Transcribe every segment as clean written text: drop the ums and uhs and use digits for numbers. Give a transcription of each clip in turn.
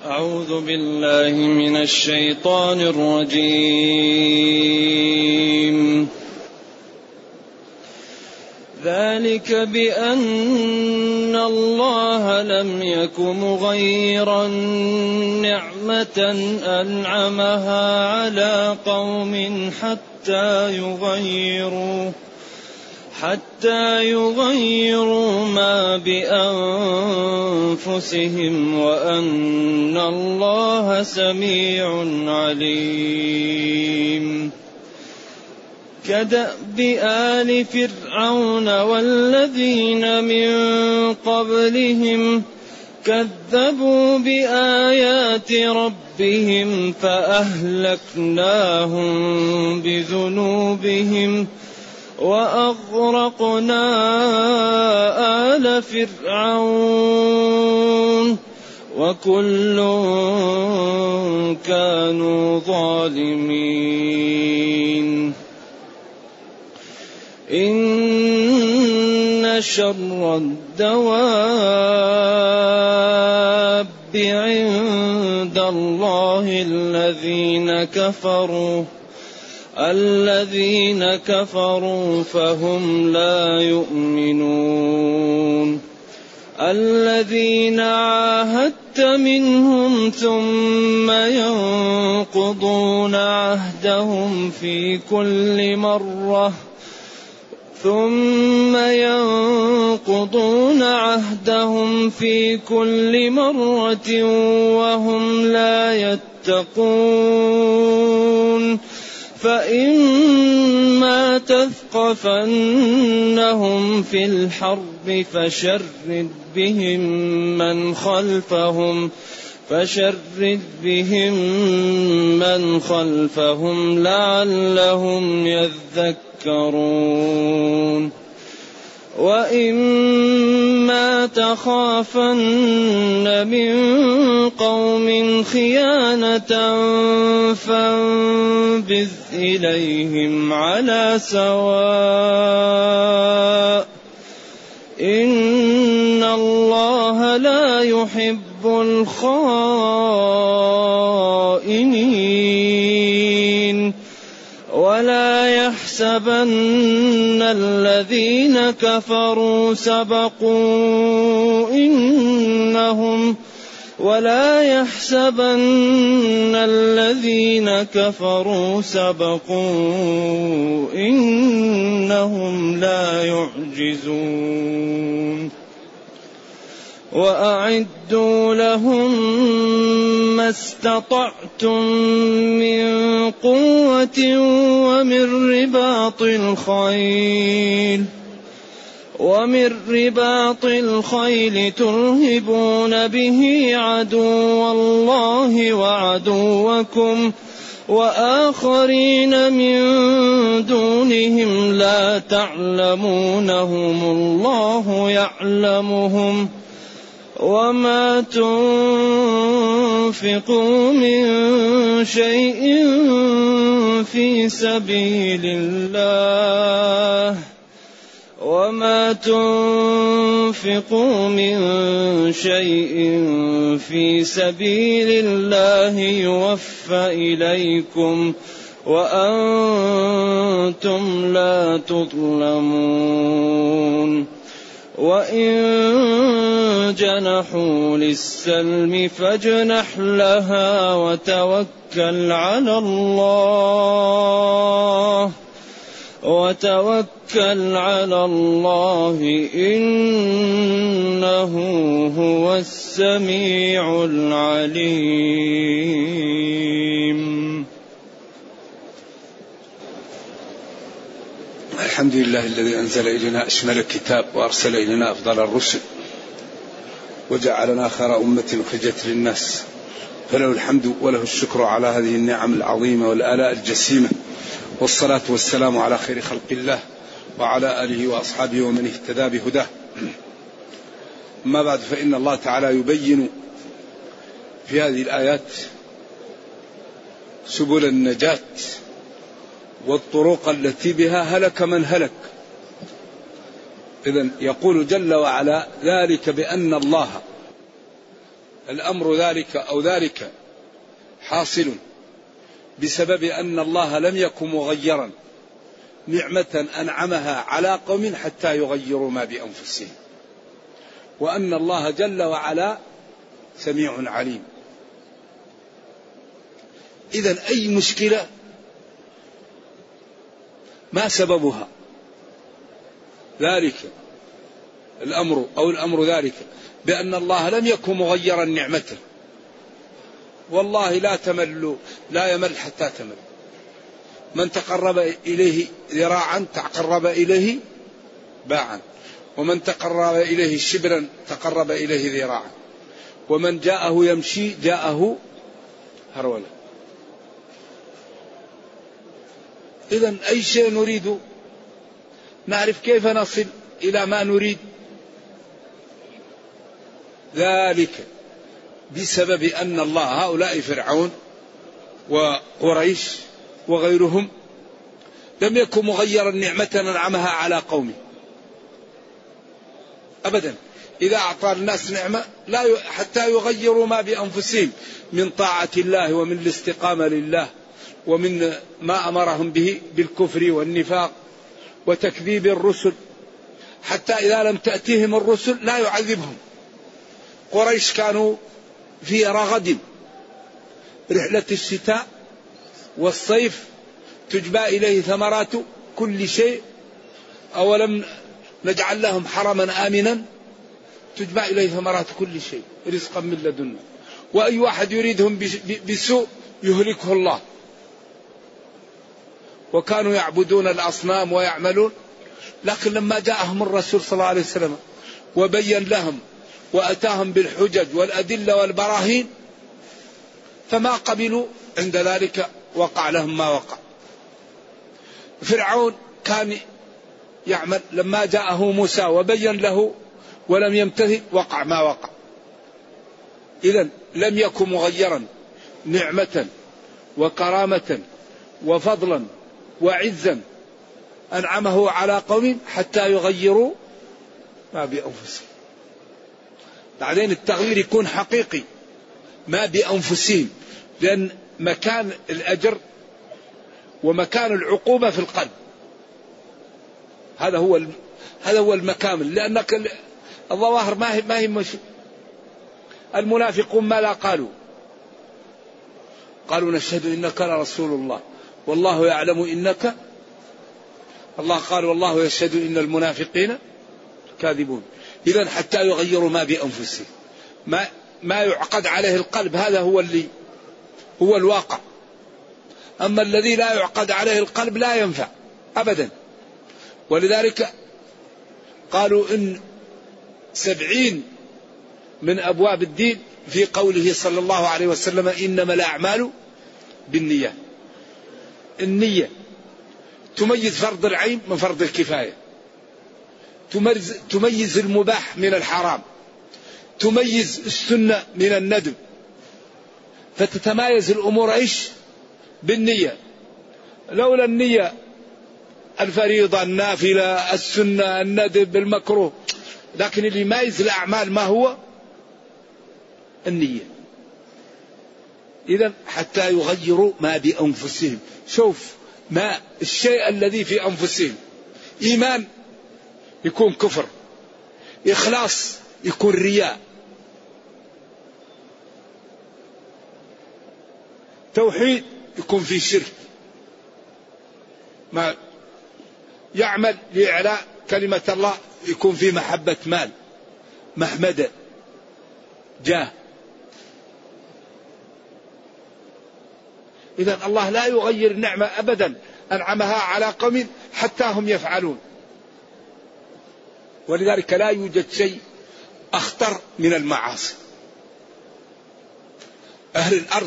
أعوذ بالله من الشيطان الرجيم. ذلك بأن الله لم يك مغيرا نعمة أنعمها على قوم حتى يغيروا ما بأنفسهم وأن الله سميع عليم. كدأب آل فرعون والذين من قبلهم كذبوا بآيات ربهم فأهلكناهم بذنوبهم وأغرقنا آل فرعون وكل كانوا ظالمين. إن شر الدواب عند الله الذين كفروا فهم لا يؤمنون. الذين عاهدت منهم ثم ينقضون عهدهم في كل مرة وهم لا يتقون. فإما تثقفنهم في الحرب فشرد بهم من خلفهم لعلهم يذكرون. وإما تخافن من قوم خيانة فانبذ إليهم على سواء إن الله لا يحب الخائنين. ولا يحسبن الذين كفروا سبقوا إنهم لا يعجزون. وأعدوا لهم ما استطعتم من قوة ومن رباط الخيل ترهبون به عدو الله وعدوكم وآخرين من دونهم لا تعلمونهم الله يعلمهم. وما تنفقوا من شيء في سبيل الله يوفى إليكم وأنتم لا تظلمون. وإن جنحوا للسلم فاجنح لها وتوكل على الله إنه هو السميع العليم. الحمد لله الذي أنزل إلينا أشمل الكتاب وأرسل إلينا أفضل الرسل وجعلنا خير أمة أخرجت للناس، فله الحمد وله الشكر على هذه النعم العظيمة والآلاء الجسيمة، والصلاة والسلام على خير خلق الله وعلى آله وأصحابه ومن اهتدى بهداه. أما بعد، فإن الله تعالى يبين في هذه الآيات سبل النجاة والطرق التي بها هلك من هلك. إذن يقول جل وعلا: ذلك بأن الله الأمر ذلك أو ذلك حاصل بسبب أن الله لم يكن مغيرا نعمة أنعمها على قوم حتى يغيروا ما بأنفسهم، وأن الله جل وعلا سميع عليم. إذن أي مشكلة ما سببها؟ ذلك الأمر أو الأمر ذلك بأن الله لم يكن مغيرا نعمته، والله لا يمل حتى تمل. من تقرب إليه ذراعا تقرب إليه باعا، ومن تقرب إليه شبرا تقرب إليه ذراعا، ومن جاءه يمشي جاءه هرولا. إذن أي شيء نريد نعرف كيف نصل إلى ما نريد، ذلك بسبب أن الله هؤلاء فرعون وقريش وغيرهم لم يكن مغيرا نعمة أنعمها على قومه أبدا. إذا أعطى الناس نعمة حتى يغيروا ما بأنفسهم من طاعة الله ومن الاستقامة لله ومن ما أمرهم به بالكفر والنفاق وتكذيب الرسل، حتى إذا لم تأتيهم الرسل لا يعذبهم. قريش كانوا في رغد، رحلة الشتاء والصيف تجبى إليه ثمرات كل شيء، أولم نجعل لهم حرما آمنا تجبى إليه ثمرات كل شيء رزقا من لدنا، وأي واحد يريدهم بسوء يهلكه الله. وكانوا يعبدون الأصنام ويعملون، لكن لما جاءهم الرسول صلى الله عليه وسلم وبين لهم وأتاهم بالحجج والأدلة والبراهين فما قبلوا، عند ذلك وقع لهم ما وقع. فرعون كان يعمل، لما جاءه موسى وبين له ولم يمتثل وقع ما وقع. إذن لم يكن مغيرا نعمة وكرامة وفضلا وعزا أنعمه على قوم حتى يغيروا ما بأنفسهم. بعدين التغيير يكون حقيقي ما بأنفسهم، لأن مكان الأجر ومكان العقوبة في القلب، هذا هو المكامل. لأنك الظواهر ما هي مش. المنافقون ماذا قالوا نشهد إنك لرسول الله والله يعلم إنك، الله قال والله يشهد إن المنافقين كاذبون. إذن حتى يغيروا ما بأنفسهم، ما يعقد عليه القلب هذا هو الواقع. أما الذي لا يعقد عليه القلب لا ينفع أبدا. ولذلك قالوا إن 70 من أبواب الدين في قوله صلى الله عليه وسلم إنما الأعمال بالنية. النية تميز فرض العين من فرض الكفاية، تميز المباح من الحرام، تميز السنة من الندب، فتتمايز الأمور إيش؟ بالنية. لولا النية الفريضة النافلة السنة الندب المكروه، لكن اللي يميز الأعمال ما هو؟ النية. إذن حتى يغيروا ما بأنفسهم. شوف ما الشيء الذي في أنفسهم، إيمان يكون كفر، إخلاص يكون رياء، توحيد يكون في شرك، ما يعمل لإعلاء كلمة الله يكون في محبة مال، محمدة، جاه. إذن الله لا يغير نعمة أبدا أنعمها على قوم حتى هم يفعلون. ولذلك لا يوجد شيء أخطر من المعاصي. أهل الأرض،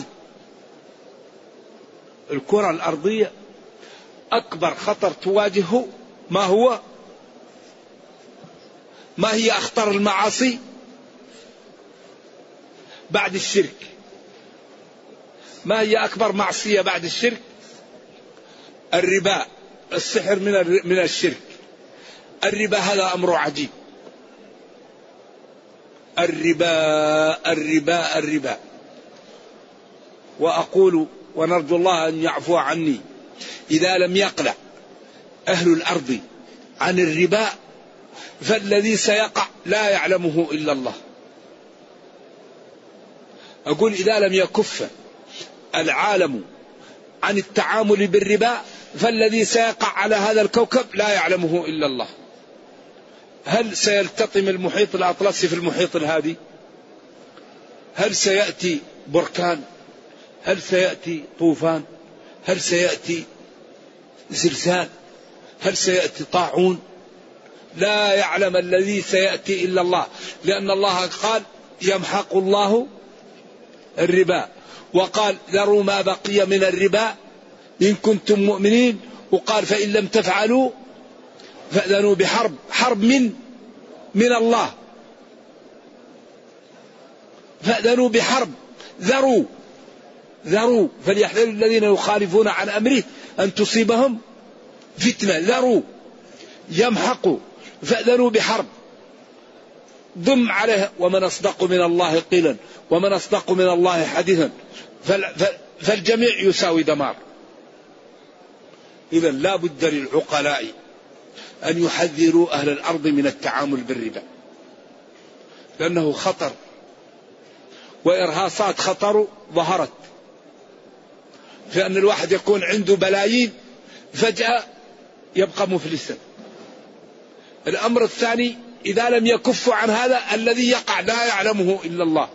الكرة الأرضية، أكبر خطر تواجهه ما هو؟ ما هي أخطر المعاصي بعد الشرك؟ ما هي أكبر معصية بعد الشرك؟ الربا، السحر من الشرك. الربا هذا أمر عجيب. الربا الربا الربا. وأقول ونرجو الله أن يعفو عني، إذا لم يقلع أهل الأرض عن الربا فالذي سيقع لا يعلمه إلا الله. أقول إذا لم يكف العالم عن التعامل بالربا فالذي سيقع على هذا الكوكب لا يعلمه إلا الله. هل سيلتطم المحيط الأطلسي في المحيط الهادي؟ هل سيأتي بركان؟ هل سيأتي طوفان؟ هل سيأتي زلزال؟ هل سيأتي طاعون؟ لا يعلم الذي سيأتي إلا الله، لأن الله قال يمحق الله الربا، وقال ذروا ما بقي من الربا إن كنتم مؤمنين، وقال فإن لم تفعلوا فأذنوا بحرب. حرب من الله. فأذنوا بحرب. ذروا فليحذر الذين يخالفون عن أمره أن تصيبهم فتنة. ذروا يمحقوا فأذنوا بحرب. ضم عليه ومن أصدق من الله قيلا ومن أصدق من الله حديثا، فالجميع يساوي دمار. إذا لا بد للعقلاء أن يحذروا أهل الأرض من التعامل بالربا، لأنه خطر، وإرهاصات خطر ظهرت في أن الواحد يكون عنده بلايين فجأة يبقى مفلسا. الأمر الثاني إذا لم يكفوا عن هذا الذي يقع لا يعلمه إلا الله.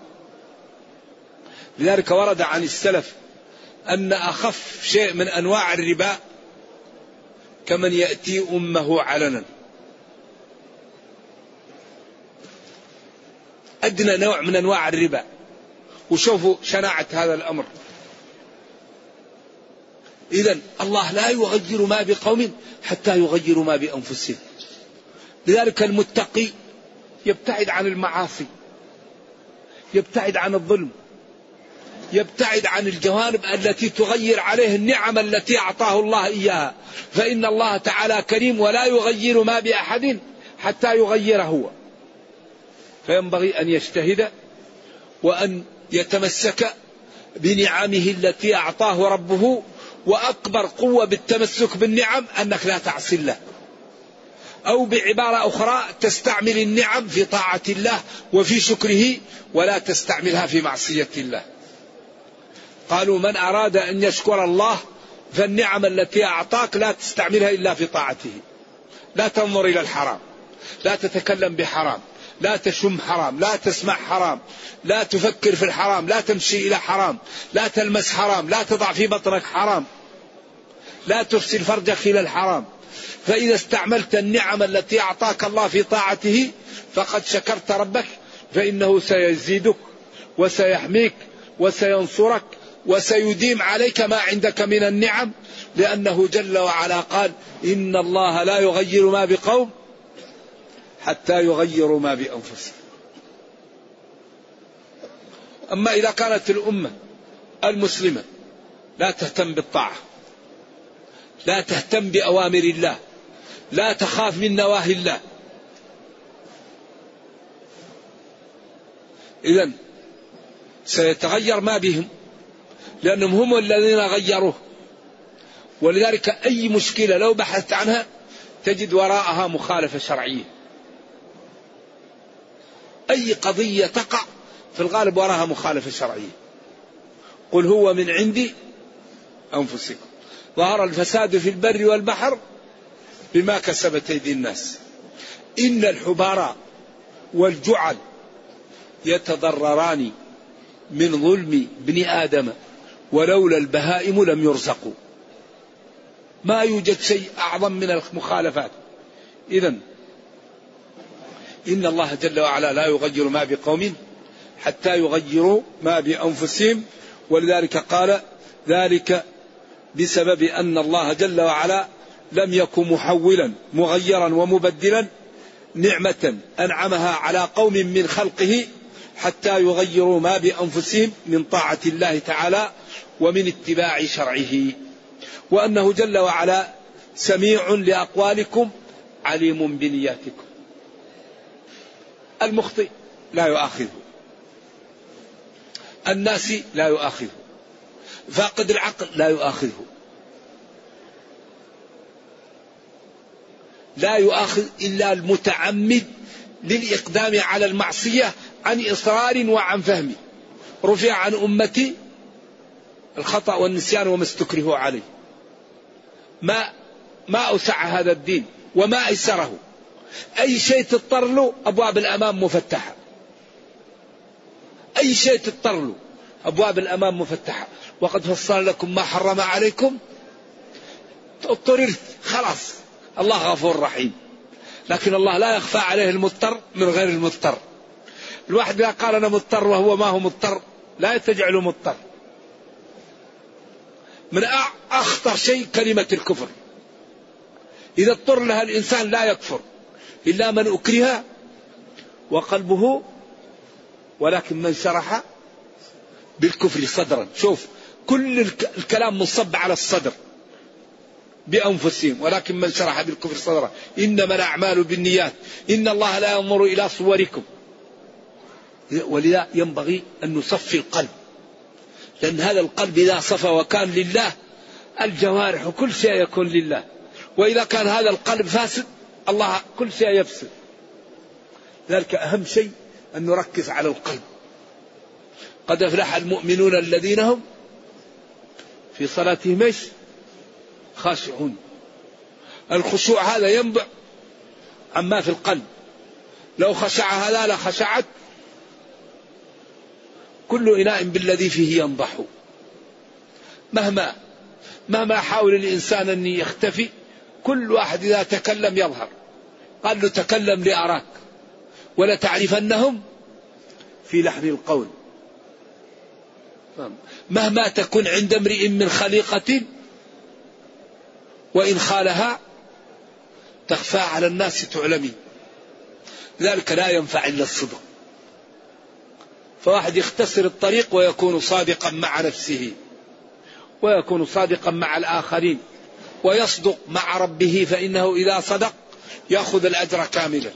لذلك ورد عن السلف أن أخف شيء من أنواع الربا كمن يأتي أمه علنا. أدنى نوع من أنواع الربا. وشوفوا شناعة هذا الأمر. إذن الله لا يغير ما بقوم حتى يغيروا ما بأنفسهم. لذلك المتقي يبتعد عن المعاصي، يبتعد عن الظلم، يبتعد عن الجوانب التي تغير عليه النعم التي أعطاه الله إياها، فإن الله تعالى كريم ولا يغير ما بأحد حتى يغيره هو. فينبغي أن يجتهد وأن يتمسك بنعمه التي أعطاه ربه. وأكبر قوة بالتمسك بالنعم أنك لا تعصي الله، أو بعبارة أخرى تستعمل النعم في طاعة الله وفي شكره ولا تستعملها في معصية الله. قالوا من أراد أن يشكر الله فالنعم التي أعطاك لا تستعملها إلا في طاعته. لا تنظر إلى الحرام، لا تتكلم بحرام، لا تشم حرام، لا تسمع حرام، لا تفكر في الحرام، لا تمشي إلى حرام، لا تلمس حرام، لا تضع في بطنك حرام، لا ترسل فرجك إلى الحرام. فإذا استعملت النعم التي أعطاك الله في طاعته فقد شكرت ربك، فإنه سيزيدك وسيحميك وسينصرك وسيديم عليك ما عندك من النعم، لأنه جل وعلا قال إن الله لا يغير ما بقوم حتى يغيروا ما بأنفسهم. أما إذا كانت الأمة المسلمة لا تهتم بالطاعة، لا تهتم بأوامر الله، لا تخاف من نواهي الله، إذن سيتغير ما بهم، لأنهم هم الذين غيروه. ولذلك أي مشكلة لو بحثت عنها تجد وراءها مخالفة شرعية. أي قضية تقع في الغالب وراءها مخالفة شرعية. قل هو من عند أنفسكم ظهر الفساد في البر والبحر بما كسبت أيدي الناس إن الحبارى والجعل يتضرران من ظلم ابن آدم ولولا البهائم لم يرزقوا. ما يوجد شيء أعظم من المخالفات. إذن إن الله جل وعلا لا يغير ما بقوم حتى يغيروا ما بأنفسهم. ولذلك قال ذلك بسبب أن الله جل وعلا لم يكن محولا مغيرا ومبدلا نعمة أنعمها على قوم من خلقه حتى يغيروا ما بأنفسهم من طاعة الله تعالى ومن اتباع شرعه. وأنه جل وعلا سميع لأقوالكم عليم بنياتكم. المخطئ لا يؤاخذه، الناسي لا يؤاخذه، فاقد العقل لا يؤاخذه، لا يؤاخذ إلا المتعمد للإقدام على المعصية عن إصرار وعن فهم. رفع عن أمتي الخطأ والنسيان وما استكرهوا عليه. ما أوسع هذا الدين وما أيسره. أي شيء تضطر له أبواب الأمام مفتحة، أي شيء تضطر له أبواب الأمام مفتحة. وقد فصل لكم ما حرم عليكم، اضطررت خلاص، الله غفور رحيم. لكن الله لا يخفى عليه المضطر من غير المضطر. الواحد إذا قال أنا مضطر وهو ما هو مضطر لا يتجعله مضطر. من أخطر شيء كلمة الكفر، إذا اضطر لها الإنسان لا يكفر إلا من أكره وقلبه، ولكن من شرح بالكفر صدرا. شوف كل الكلام منصب على الصدر بأنفسهم، ولكن من شرح بالكفر صدرا. إنما الأعمال بالنيات، إن الله لا ينظر إلى صوركم. ولذا ينبغي أن نصفي القلب، لأن هذا القلب إذا صفى وكان لله الجوارح وكل شيء يكون لله. وإذا كان هذا القلب فاسد الله كل شيء يفسد. ذلك أهم شيء أن نركز على القلب. قد أفلح المؤمنون الذين هم في صلاتهم ايش؟ خاشعون. الخشوع هذا ينبع عما في القلب. لو خشع هذا لخشعت كل إناء بالذي فيه ينضح. مهما حاول الإنسان أن يختفي، كل واحد إذا تكلم يظهر. قال له تكلم لأراك ولا تعرفنهم في لحن القول. مهما تكن عند امرئ من خليقة وإن خالها تخفى على الناس تعلمي. ذلك لا ينفع إلا الصدق. فواحد يختصر الطريق ويكون صادقا مع نفسه ويكون صادقا مع الآخرين ويصدق مع ربه، فإنه إذا صدق يأخذ الأجر كاملا.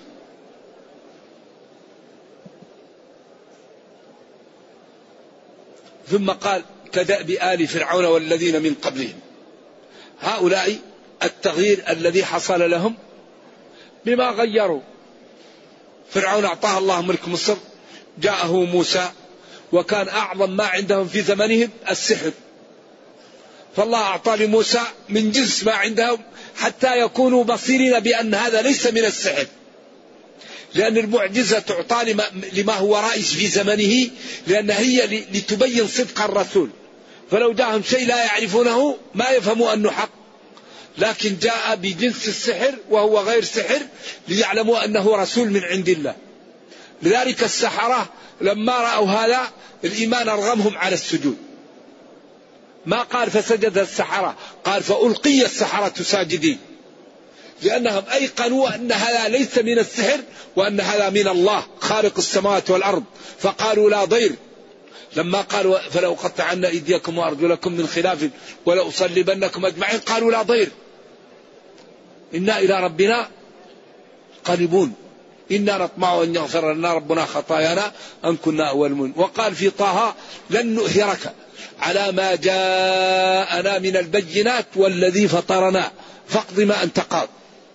ثم قال كدأب آل فرعون والذين من قبلهم. هؤلاء التغيير الذي حصل لهم بما غيروا. فرعون أعطاه الله ملك مصر، جاءه موسى وكان أعظم ما عندهم في زمنهم السحر، فالله أعطى لموسى من جنس ما عندهم حتى يكونوا بصيرين بأن هذا ليس من السحر، لأن المعجزة تعطى لما هو رائج في زمنه، لأن هي لتبين صدق الرسول. فلو جاءهم شيء لا يعرفونه ما يفهموا أنه حق، لكن جاء بجنس السحر وهو غير سحر ليعلموا أنه رسول من عند الله. لذلك السحرة لما رأوا هذا الإيمان أرغمهم على السجود. ما قال فسجد السحرة، قال فألقي السحرة ساجدين، لأنهم أيقنوا أن هذا ليس من السحر وأن هذا من الله خالق السماوات والأرض. فقالوا لا ضير. لما قالوا فلو قطعن أيديكم وأرجلكم من خلاف ولأصلبنكم أجمعين، قالوا لا ضير إنا إلى ربنا قريبون إنا نطمع أن يغفر لنا ربنا خطايانا أن كنا أول من. وقال في طه لن نؤثرك على ما جاءنا من البينات والذي فطرنا فاقض ما أنت قاض.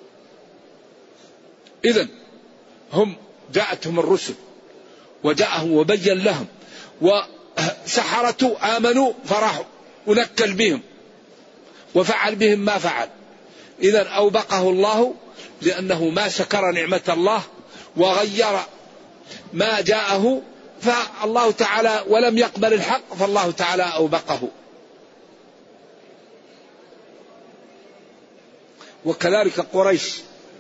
إذن هم جاءتهم الرسل وجاءهم وبين لهم، وسحرة آمنوا فرحوا ونكل بهم وفعل بهم ما فعل. إذن أوبقه الله لأنه ما شكر نعمة الله وغير ما جاءه، فالله تعالى ولم يقبل الحق فالله تعالى أوبقه. وكذلك قريش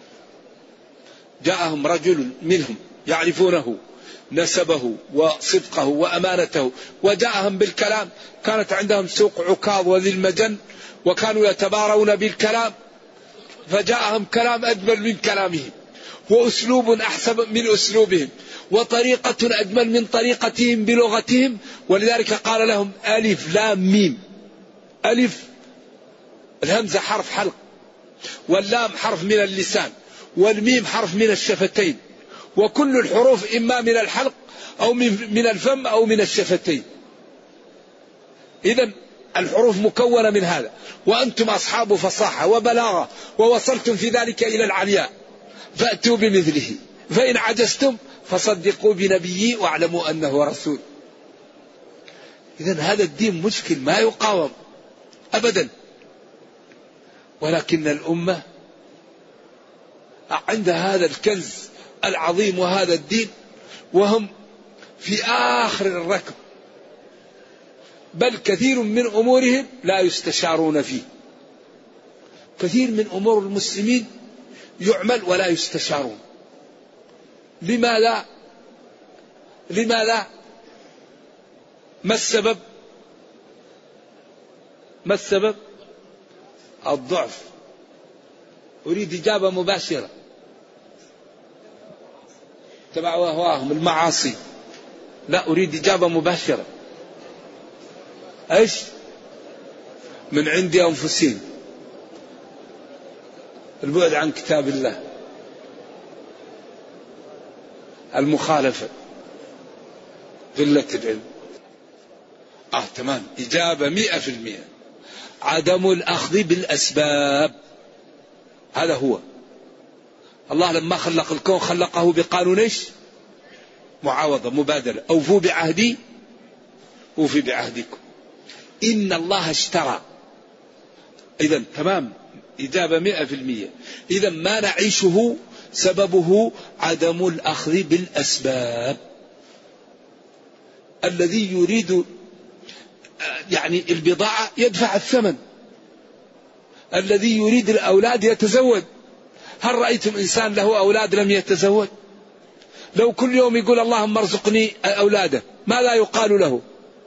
جاءهم رجل منهم يعرفونه نسبه وصدقه وأمانته، وجاءهم بالكلام. كانت عندهم سوق عكاظ وذي المجن وكانوا يتبارون بالكلام، فجاءهم كلام أجمل من كلامهم وأسلوب أحسن من أسلوبهم وطريقة أجمل من طريقتهم بلغتهم. ولذلك قال لهم ألف لام ميم. ألف الهمزة حرف حلق، واللام حرف من اللسان، والميم حرف من الشفتين، وكل الحروف إما من الحلق أو من الفم أو من الشفتين. إذن الحروف مكونة من هذا، وأنتم أصحاب فصاحة وبلاغة ووصلتم في ذلك إلى العلياء، فأتوا بمثله، فإن عجزتم فصدقوا بنبيي واعلموا أنه رسول. إذن هذا الدين مشكل ما يقاوم أبدا، ولكن الأمة عندها هذا الكنز العظيم وهذا الدين، وهم في آخر الركب، بل كثير من أمورهم لا يستشارون فيه. كثير من أمور المسلمين يعمل ولا يستشارون. لماذا؟ ما السبب؟ الضعف. أريد إجابة مباشرة. تبعوا أهواهم المعاصي. لا، أريد إجابة مباشرة. إيش؟ من عند أنفسهم، البعد عن كتاب الله، المخالفة، قلة العلم. تمام، إجابة 100%. عدم الأخذ بالأسباب. هذا هو. الله لما خلق الكون خلقه بقانون إيش؟ معاوضة، مبادلة. أوفوا بعهدي أوفي بعهدكم. إن الله اشترى. إذن تمام، إجابة 100%. إذن ما نعيشه سببه عدم الأخذ بالأسباب. الذي يريد يعني البضاعة يدفع الثمن، الذي يريد الأولاد يتزوج. هل رأيتم إنسان له أولاد لم يتزوج؟ لو كل يوم يقول اللهم ارزقني أولاده ماذا يقال له؟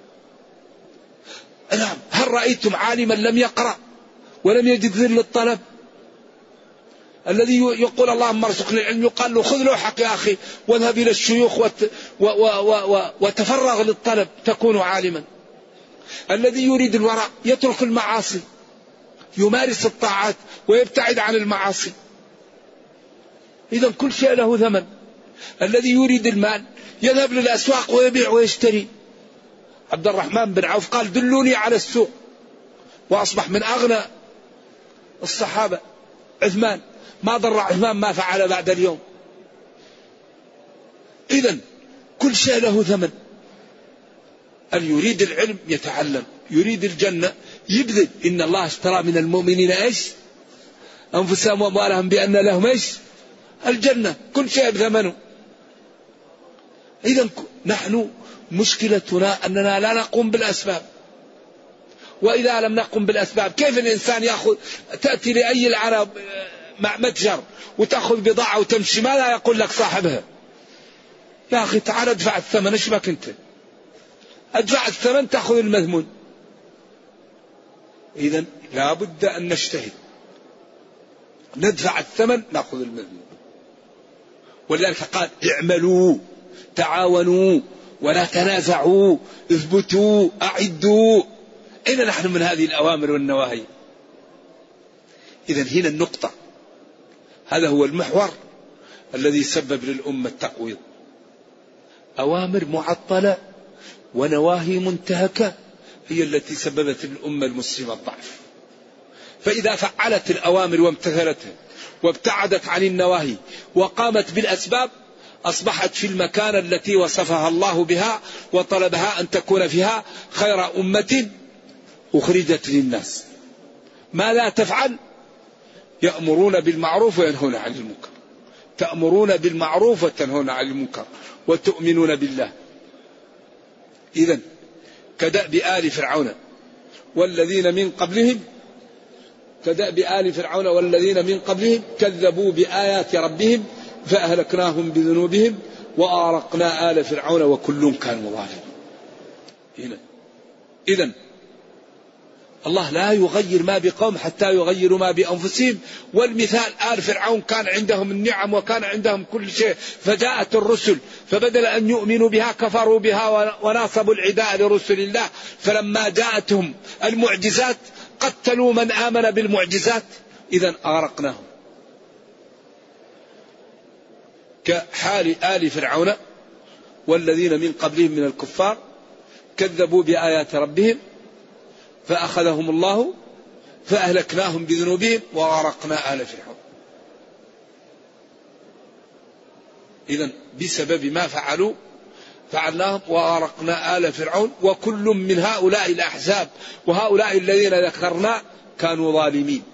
نعم. هل رأيتم عالما لم يقرأ ولم يجد ذل الطلب؟ الذي يقول اللهم ارزقني العلم يقال له خذ لوحك يا أخي واذهب إلى الشيوخ وتفرغ للطلب تكون عالما. الذي يريد الورع يترك المعاصي، يمارس الطاعات ويبتعد عن المعاصي. إذا كل شيء له ثمن. الذي يريد المال يذهب للأسواق ويبيع ويشتري. عبد الرحمن بن عوف قال دلوني على السوق، وأصبح من أغنى الصحابة. عثمان ما ضر عثمان ما فعل بعد اليوم. إذن كل شيء له ثمن. اللي يريد العلم يتعلم، يريد الجنة يبذل. إن الله اشترى من المؤمنين إيش؟ أنفسهم وأموالهم بأن لهم إيش؟ الجنة. كل شيء بثمنه. إذن نحن مشكلتنا أننا لا نقوم بالأسباب. وإذا لم نقم بالأسباب كيف الإنسان يأخذ؟ تأتي لأي العرب مع متجر وتأخذ بضاعة وتمشي، ما لا يقول لك صاحبها يا أخي تعال ادفع الثمن، ايش بك أنت؟ ادفع الثمن تأخذ المذمون. إذن لا بد أن نجتهد، ندفع الثمن نأخذ المذمون. ولذلك قال اعملوا تعاونوا ولا تنازعوا اثبتوا أعدوا. أين نحن من هذه الأوامر والنواهي؟ إذن هنا النقطة. هذا هو المحور الذي سبب للأمة التقويض. أوامر معطلة ونواهي منتهكة هي التي سببت للأمة المسلمة الضعف. فإذا فعلت الأوامر وامتثلتها وابتعدت عن النواهي وقامت بالأسباب أصبحت في المكان التي وصفها الله بها وطلبها أن تكون فيها خير أمة أخرجت للناس. ما لا تفعل؟ يأمرون بالمعروف وينهون عن المنكر. تأمرون بالمعروف وتنهون عن المنكر وتؤمنون بالله. إذن كدأب آل فرعون والذين من قبلهم، كدأب آل فرعون والذين من قبلهم كذبوا بآيات ربهم فأهلكناهم بذنوبهم وأغرقنا آل فرعون وكل كانوا ظالمين. إذن الله لا يغير ما بقوم حتى يغيروا ما بأنفسهم. والمثال آل فرعون كان عندهم النعم وكان عندهم كل شيء، فجاءت الرسل فبدل أن يؤمنوا بها كفروا بها وناصبوا العداء لرسل الله. فلما جاءتهم المعجزات قتلوا من آمن بالمعجزات. إذن أغرقناهم. كحال آل فرعون والذين من قبلهم من الكفار كذبوا بآيات ربهم فأخذهم الله فأهلكناهم بذنوبهم وغرقنا آل فرعون. إذن بسبب ما فعلوا فعلناهم وغرقنا آل فرعون وكل من هؤلاء الأحزاب وهؤلاء الذين ذكرنا كانوا ظالمين.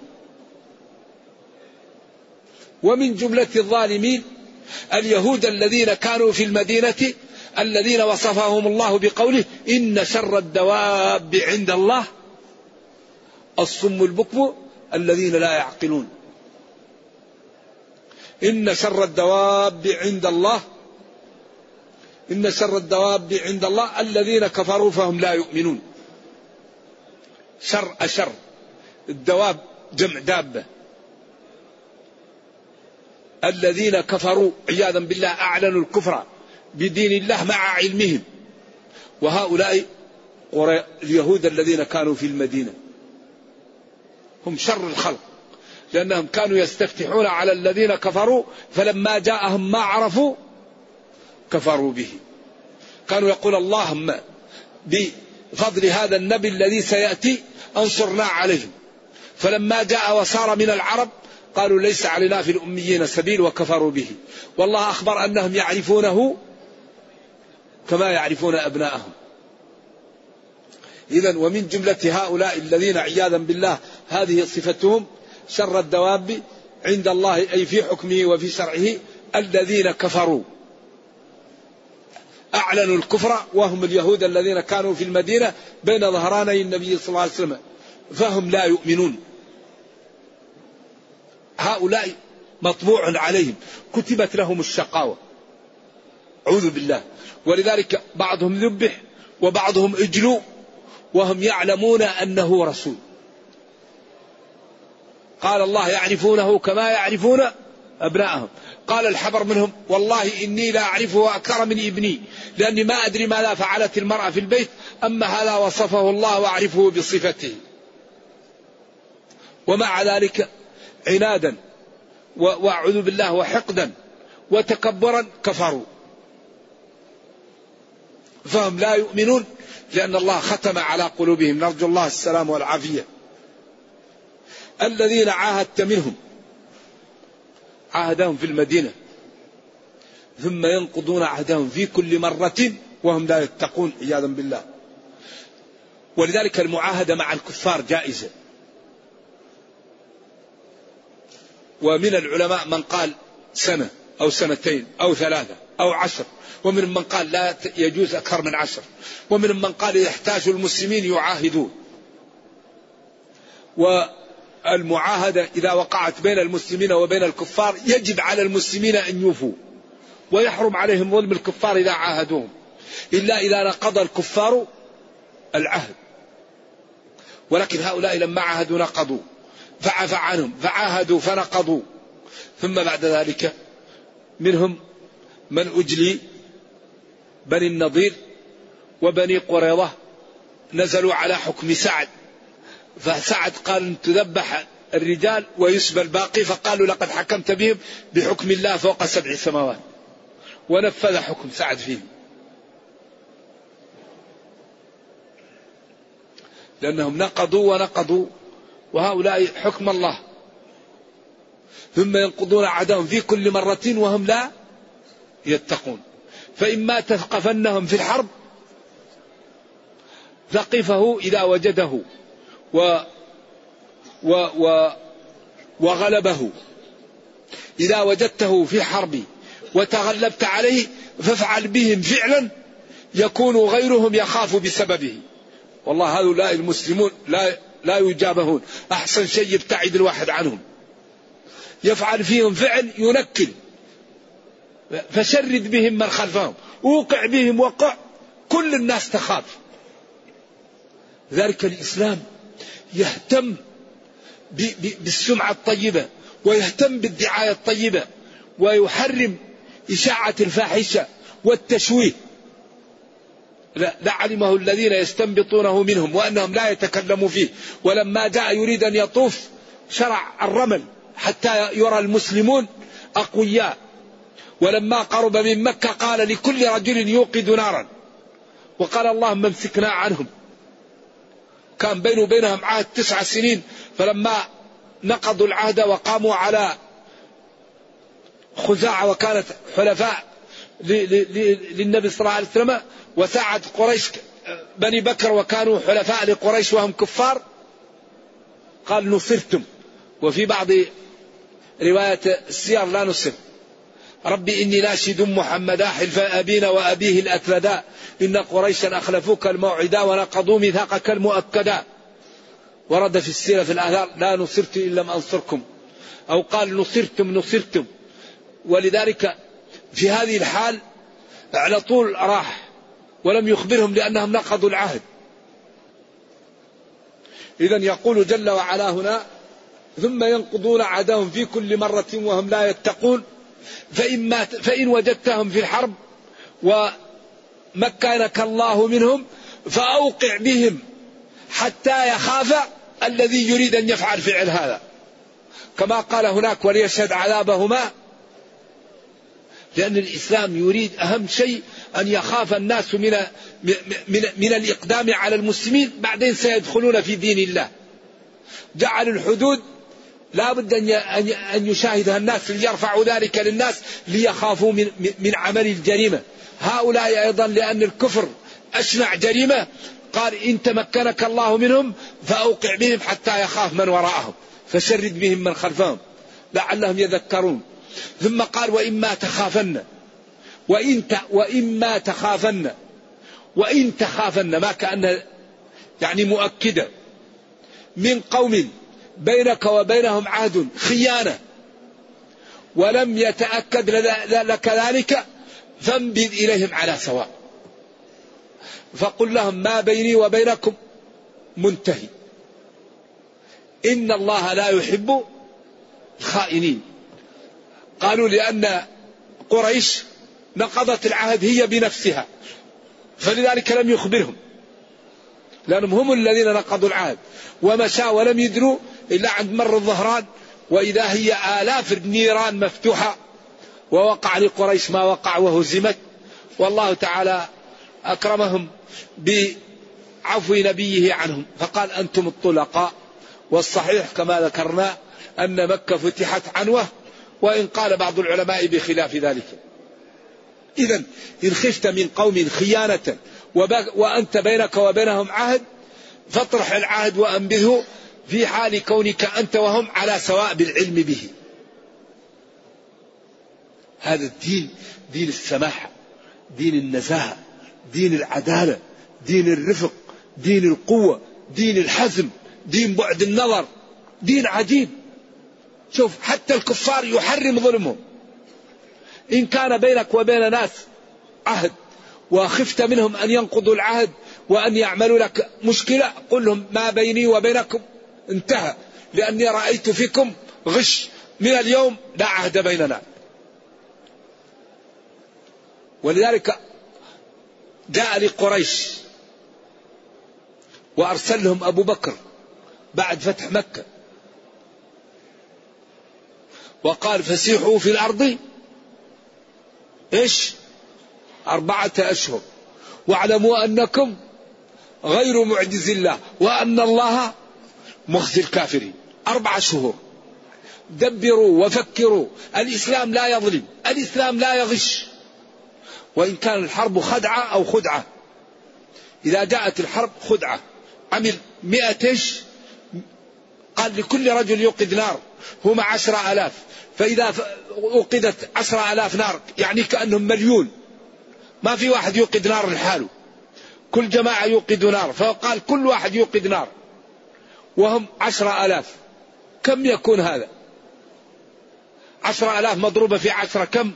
ومن جملة الظالمين اليهود الذين كانوا في المدينة الذين وصفهم الله بقوله إن شر الدواب عند الله الصم البكم الذين لا يعقلون. إن شر الدواب عند الله إن شر الدواب عند الله الذين كفروا فهم لا يؤمنون. أشر الدواب جمع دابة. الذين كفروا عياذا بالله أعلنوا الكفر بدين الله مع علمهم. وهؤلاء اليهود الذين كانوا في المدينة هم شر الخلق لأنهم كانوا يستفتحون على الذين كفروا فلما جاءهم ما عرفوا كفروا به. كانوا يقول اللهم بفضل هذا النبي الذي سيأتي أنصرنا عليهم. فلما جاء وصار من العرب قالوا ليس علينا في الأميين سبيل وكفروا به. والله أخبر أنهم يعرفونه كما يعرفون أبناءهم. إذن ومن جملة هؤلاء الذين عياذا بالله هذه صفتهم شر الدواب عند الله أي في حكمه وفي شرعه الذين كفروا أعلنوا الكفر وهم اليهود الذين كانوا في المدينة بين ظهراني النبي صلى الله عليه وسلم فهم لا يؤمنون. هؤلاء مطبوع عليهم كتبت لهم الشقاوة أعوذ بالله. ولذلك بعضهم ذبح وبعضهم اجلوا وهم يعلمون أنه رسول. قال الله يعرفونه كما يعرفون أبناءهم. قال الحبر منهم والله إني لا أعرفه أكثر من ابني لأني ما أدري ماذا فعلت المرأة في البيت أما هذا وصفه الله وأعرفه بصفته. ومع ذلك عنادا وأعوذ بالله وحقدا وتكبرا كفروا فهم لا يؤمنون لأن الله ختم على قلوبهم. نرجو الله السلام والعافية. الذين عاهدت منهم عاهدهم في المدينة ثم ينقضون عهدهم في كل مرة وهم لا يتقون عياذا بالله. ولذلك المعاهدة مع الكفار جائزة. ومن العلماء من قال سنة أو سنتين أو 3 أو 10 ومن من قال لا يجوز أكثر من 10 ومن من قال يحتاج المسلمين يعاهدون. والمعاهدة إذا وقعت بين المسلمين وبين الكفار يجب على المسلمين أن يوفوا ويحرم عليهم ظلم الكفار إذا عاهدوهم إلا إذا نقض الكفار العهد. ولكن هؤلاء لما عاهدوا نقضوا فعفى عنهم فعاهدوا فنقضوا. ثم بعد ذلك منهم من أجلي بني النضير وبني قريظة نزلوا على حكم سعد فسعد قال أن تذبح الرجال ويسبى الباقي فقالوا لقد حكمت بهم بحكم الله فوق 7 سماوات ونفذ حكم سعد فيهم لأنهم نقضوا ونقضوا وهؤلاء حكم الله. ثم ينقضون عهدهم في كل مرة وهم لا يتقون. فإما تثقفنهم في الحرب ثقفه إذا وجده وغلبه. إذا وجدته في حرب وتغلبت عليه فافعل بهم فعلا يكون غيرهم يخاف بسببه. والله هؤلاء المسلمون لا يجابهون. أحسن شيء يبتعد الواحد عنهم. يفعل فيهم فعل ينكل فشرد بهم من خلفهم ووقع بهم وقع كل الناس تخاف. ذلك الإسلام يهتم بالسمعة الطيبة ويهتم بالدعاية الطيبة ويحرم إشاعة الفاحشة والتشويه. لعلمه الذين يستنبطونه منهم وأنهم لا يتكلموا فيه. ولما جاء يريد أن يطوف شرع الرمل حتى يرى المسلمون أقوياء ولما قرب من مكة قال لكل رجل يوقد نارا، وقال اللهم امسكنا عنهم. كان بينه وبينهم عهد 9 سنين، فلما نقضوا العهد وقاموا على خزاعة وكانت حلفاء للنبي صلى الله عليه وسلم، وساعد قريش بني بكر وكانوا حلفاء لقريش وهم كفار، قال نصرتم. وفي بعض رواية السير لا نصر، ربي إني ناشد محمدا حلف أبينا وأبيه الأكلدا إن قريشا أخلفوك الموعدا ونقضوا ميثاقك المؤكدا. ورد في السيرة في الآثار لا نصرت إن لم أنصركم، أو قال نصرتم. ولذلك في هذه الحال على طول راح ولم يخبرهم لأنهم نقضوا العهد. إذا يقول جل وعلا هنا ثم ينقضون عهدهم في كل مرة وهم لا يتقون فإن وجدتهم في الحرب ومكنك الله منهم فأوقع بهم حتى يخاف الذي يريد أن يفعل فعل هذا، كما قال هناك وليشهد عذابهما. لأن الإسلام يريد أهم شيء أن يخاف الناس من الإقدام على المسلمين، بعدين سيدخلون في دين الله. جعل الحدود لا بد أن يشاهدها الناس ليرفعوا ذلك للناس ليخافوا من عمل الجريمة. هؤلاء أيضا لأن الكفر أشنع جريمة، قال إن تمكنك الله منهم فأوقع بهم حتى يخاف من وراءهم فشرد بهم من خلفهم لعلهم يذكرون. ثم قال وإن تخافن ما كأن يعني مؤكدة من قوم بينك وبينهم عهد خيانة ولم يتأكد لك ذلك فانبذ إليهم على سواء، فقل لهم ما بيني وبينكم منتهي إن الله لا يحب الخائنين. قالوا لأن قريش نقضت العهد هي بنفسها فلذلك لم يخبرهم، لأنهم هم الذين نقضوا العهد ومشى ولم يدروا إلا عند مر الظهران وإذا هي آلاف النيران مفتوحة، ووقع لقريش ما وقع وهزمت. والله تعالى أكرمهم بعفو نبيه عنهم فقال أنتم الطلقاء. والصحيح كما ذكرنا أن مكة فتحت عنوة، وإن قال بعض العلماء بخلاف ذلك. إذن إن خفت من قوم خيانة وأنت بينك وبينهم عهد فاطرح العهد وأنبذه في حال كونك أنت وهم على سواء بالعلم به. هذا الدين دين السماحة، دين النزاهة، دين العدالة، دين الرفق، دين القوة، دين الحزم، دين بعد النظر، دين عجيب. شوف حتى الكفار يحرم ظلمهم. إن كان بينك وبين ناس عهد وخفت منهم أن ينقضوا العهد وأن يعملوا لك مشكلة قل لهم ما بيني وبينكم انتهى، لأني رأيت فيكم غش، من اليوم لا عهد بيننا. ولذلك جاء لقريش وأرسل لهم أبو بكر بعد فتح مكة وقال فسيحوا في الأرض 4 أشهر واعلموا أنكم غير معجز الله وأن الله مخزي الكافرين. 4 شهور دبروا وفكروا. الإسلام لا يظلم، الإسلام لا يغش، وإن كان الحرب خدعة أو خدعة. إذا جاءت الحرب خدعة عمل 100 قال لكل رجل يوقد نار هم 10,000، فإذا أوقدت 10,000 نار يعني كأنهم مليون، ما في واحد يوقد نار لحاله، كل جماعة يوقد نار، فقال كل واحد يوقد نار وهم 10,000. كم يكون هذا؟ 10,000 مضروبة في 10 كم؟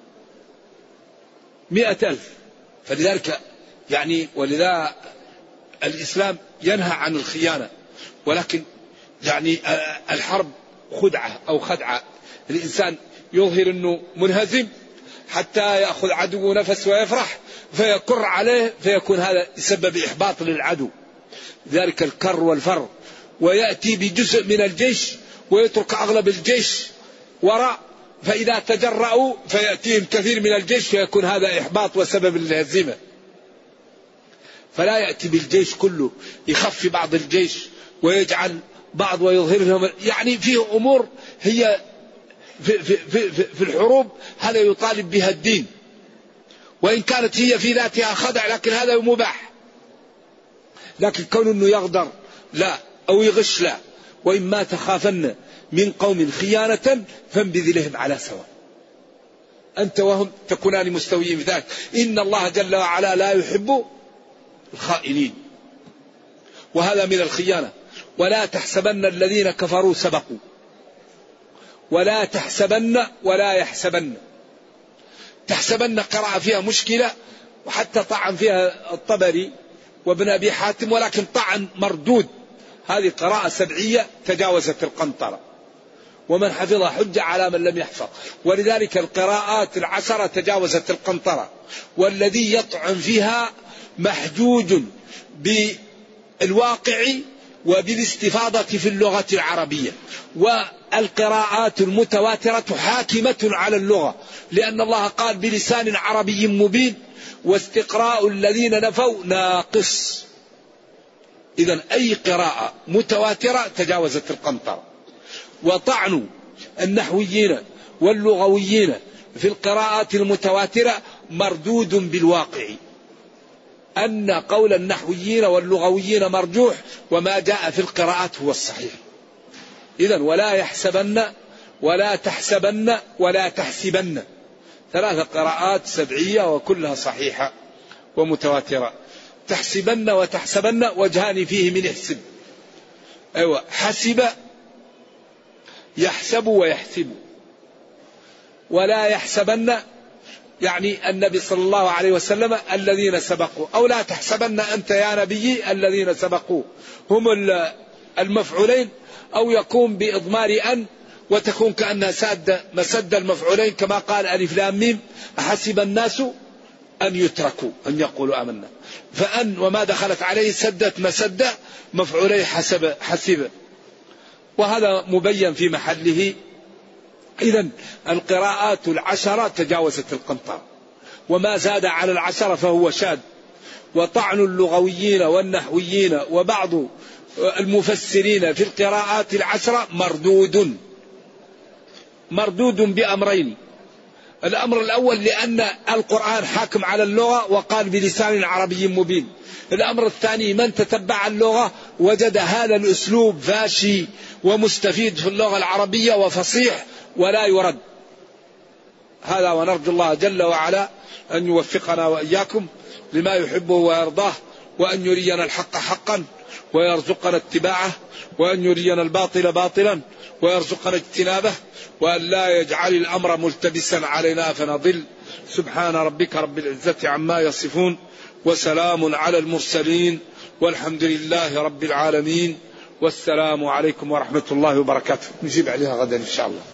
100,000. فلذلك يعني ولذا الإسلام ينهى عن الخيانة، ولكن يعني الحرب خدعة أو خدعة. الإنسان يظهر أنه منهزم حتى يأخذ عدو نفس ويفرح فيكر عليه فيكون هذا يسبب إحباط للعدو. ذلك الكر والفر، ويأتي بجزء من الجيش ويترك أغلب الجيش وراء فإذا تجرأوا فيأتيهم كثير من الجيش فيكون هذا إحباط وسبب الهزيمة. فلا يأتي بالجيش كله، يخفي بعض الجيش ويجعل بعض ويظهر لهم، يعني فيه أمور هي في الحروب هذا يطالب بها الدين، وإن كانت هي في ذاتها خدع لكن هذا مباح. لكن كون أنه يغدر لا أو يغش لا. وإما تخافن من قوم خيانة فانبذ لهم على سواء. أنت وهم تكونان مستويين في ذلك. إن الله جل وعلا لا يحب الخائنين، وهذا من الخيانة. ولا تحسبن الذين كفروا سبقوا، ولا تحسبن ولا يحسبن. تحسبن قراءة فيها مشكلة، وحتى طعن فيها الطبري وابن أبي حاتم، ولكن طعن مردود. هذه قراءة سبعية تجاوزت القنطرة، ومن حفظها حجة على من لم يحفظ. ولذلك القراءات 10 تجاوزت القنطرة، والذي يطعن فيها محجوج بالواقع وبالاستفاضة في اللغة العربية. والقراءات المتواترة حاكمة على اللغة، لأن الله قال بلسان عربي مبين واستقراء الذين نفوا ناقص. إذن أي قراءة متواترة تجاوزت القنطرة. وطعن النحويين واللغويين في القراءات المتواترة مردود بالواقع، أن قول النحويين واللغويين مرجوح، وما جاء في القراءات هو الصحيح. إذن ولا يحسبن ولا تحسبن ولا تحسبن، 3 قراءات سبعية وكلها صحيحة ومتواترة. تحسبن وتحسبن وجهان فيه من احسب. أيوة، حسب يحسب ويحسب. ولا يحسبن يعني النبي صلى الله عليه وسلم الذين سبقوا، أو لا تحسبن أنت يا نبي الذين سبقوا هم المفعولين، أو يكون بإضمار أن وتكون كأنها سادة مسد المفعولين، كما قال ألف لام ميم أحسب الناس أن يتركوا أن يقولوا آمنا. فأن وما دخلت عليه سدت مسد مفعولي حسب، وهذا مبين في محله. إذن القراءات 10 تجاوزت القنطرة، وما زاد على 10 فهو شاذ. وطعن اللغويين والنحويين وبعض المفسرين في القراءات 10 مردود بأمرين. الأمر الأول لأن القرآن حاكم على اللغة وقال بلسان عربي مبين. الأمر الثاني من تتبع اللغة وجد هذا الأسلوب فاشي ومستفيد في اللغة العربية وفصيح ولا يرد. هذا ونرجو الله جل وعلا أن يوفقنا وإياكم لما يحبه ويرضاه، وأن يرينا الحق حقا ويرزقنا اتباعه، وأن يرينا الباطل باطلا ويرزقنا اجتنابه، وأن لا يجعل الأمر ملتبسا علينا فنضل. سبحان ربك رب العزة عما يصفون، وسلام على المرسلين، والحمد لله رب العالمين، والسلام عليكم ورحمة الله وبركاته. نجيب عليها غدا إن شاء الله.